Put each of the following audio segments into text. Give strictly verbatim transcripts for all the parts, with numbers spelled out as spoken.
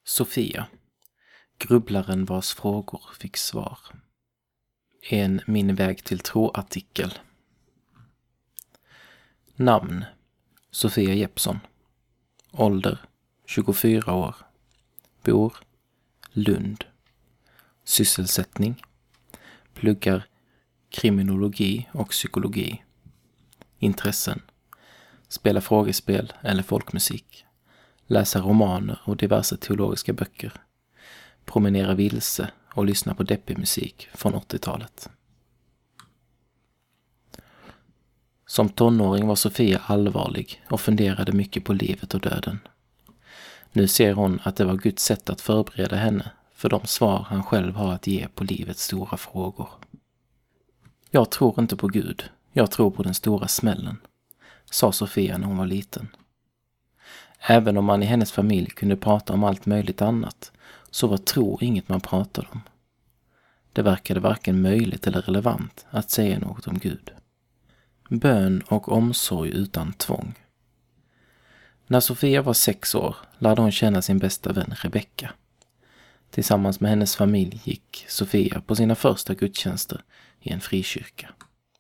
Sofia, grubblaren vars frågor fick svar. En Min väg till tro-artikel. Namn: Sofia Jeppsson. Ålder: tjugofyra år. Bor: Lund. Sysselsättning: pluggar kriminologi och psykologi. Intressen: spela frågespel eller folkmusik. Läsa romaner och diverse teologiska böcker. Promenera vilse och lyssna på deppig musik från åttiotalet. Som tonåring var Sofia allvarlig och funderade mycket på livet och döden. Nu ser hon att det var Guds sätt att förbereda henne för de svar han själv har att ge på livets stora frågor. Jag tror inte på Gud, jag tror på den stora smällen, sa Sofia när hon var liten. Även om man i hennes familj kunde prata om allt möjligt annat, så var tro inget man pratade om. Det verkade varken möjligt eller relevant att säga något om Gud. Bön och omsorg utan tvång. När Sofia var sex år lärde hon känna sin bästa vän Rebecka. Tillsammans med hennes familj gick Sofia på sina första gudstjänster i en frikyrka.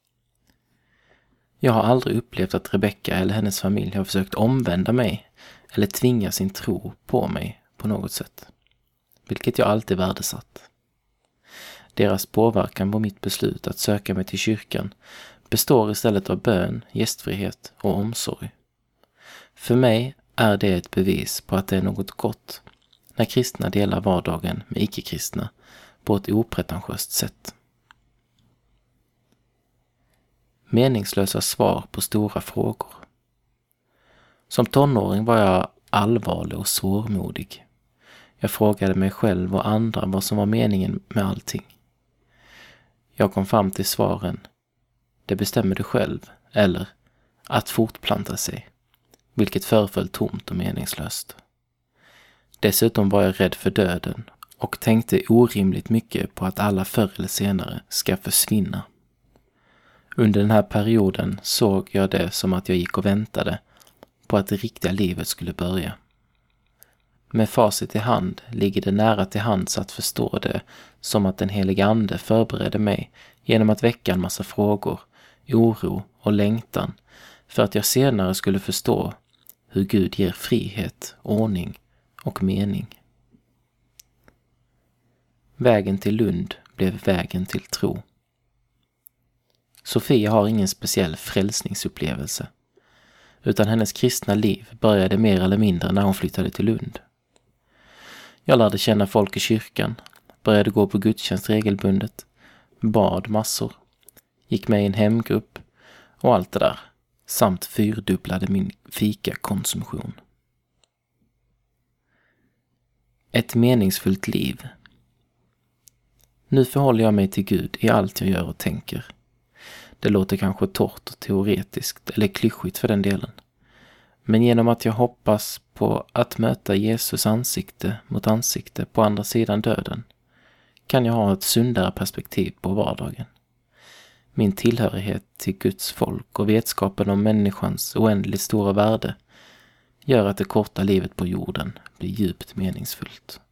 Jag har aldrig upplevt att Rebecka eller hennes familj har försökt omvända mig eller tvinga sin tro på mig på något sätt, vilket jag alltid värdesatt. Deras påverkan på mitt beslut att söka mig till kyrkan består istället av bön, gästfrihet och omsorg. För mig är det ett bevis på att det är något gott när kristna delar vardagen med icke-kristna på ett opretentiöst sätt. Meningslösa svar på stora frågor. Som tonåring var jag allvarlig och svårmodig. Jag frågade mig själv och andra vad som var meningen med allting. Jag kom fram till svaren: det bestämmer du själv, eller att fortplanta sig, vilket föreföll tomt och meningslöst. Dessutom var jag rädd för döden och tänkte orimligt mycket på att alla förr eller senare ska försvinna. Under den här perioden såg jag det som att jag gick och väntade på att det riktiga livet skulle börja. Med facit i hand ligger det nära till hands att förstå det som att den helige ande förberedde mig genom att väcka en massa frågor, oro och längtan för att jag senare skulle förstå hur Gud ger frihet, ordning och mening. Vägen till Lund blev vägen till tro. Sofia har ingen speciell frälsningsupplevelse, utan hennes kristna liv började mer eller mindre när hon flyttade till Lund. Jag lärde känna folk i kyrkan, började gå på gudstjänst regelbundet, bad massor, gick med i en hemgrupp och allt det där, samt fyrdubblade min fikakonsumtion. Ett meningsfullt liv. Nu förhåller jag mig till Gud i allt jag gör och tänker. Det låter kanske torrt och teoretiskt eller klyschigt för den delen. Men genom att jag hoppas på att möta Jesus ansikte mot ansikte på andra sidan döden kan jag ha ett sundare perspektiv på vardagen. Min tillhörighet till Guds folk och vetskapen om människans oändligt stora värde gör att det korta livet på jorden blir djupt meningsfullt.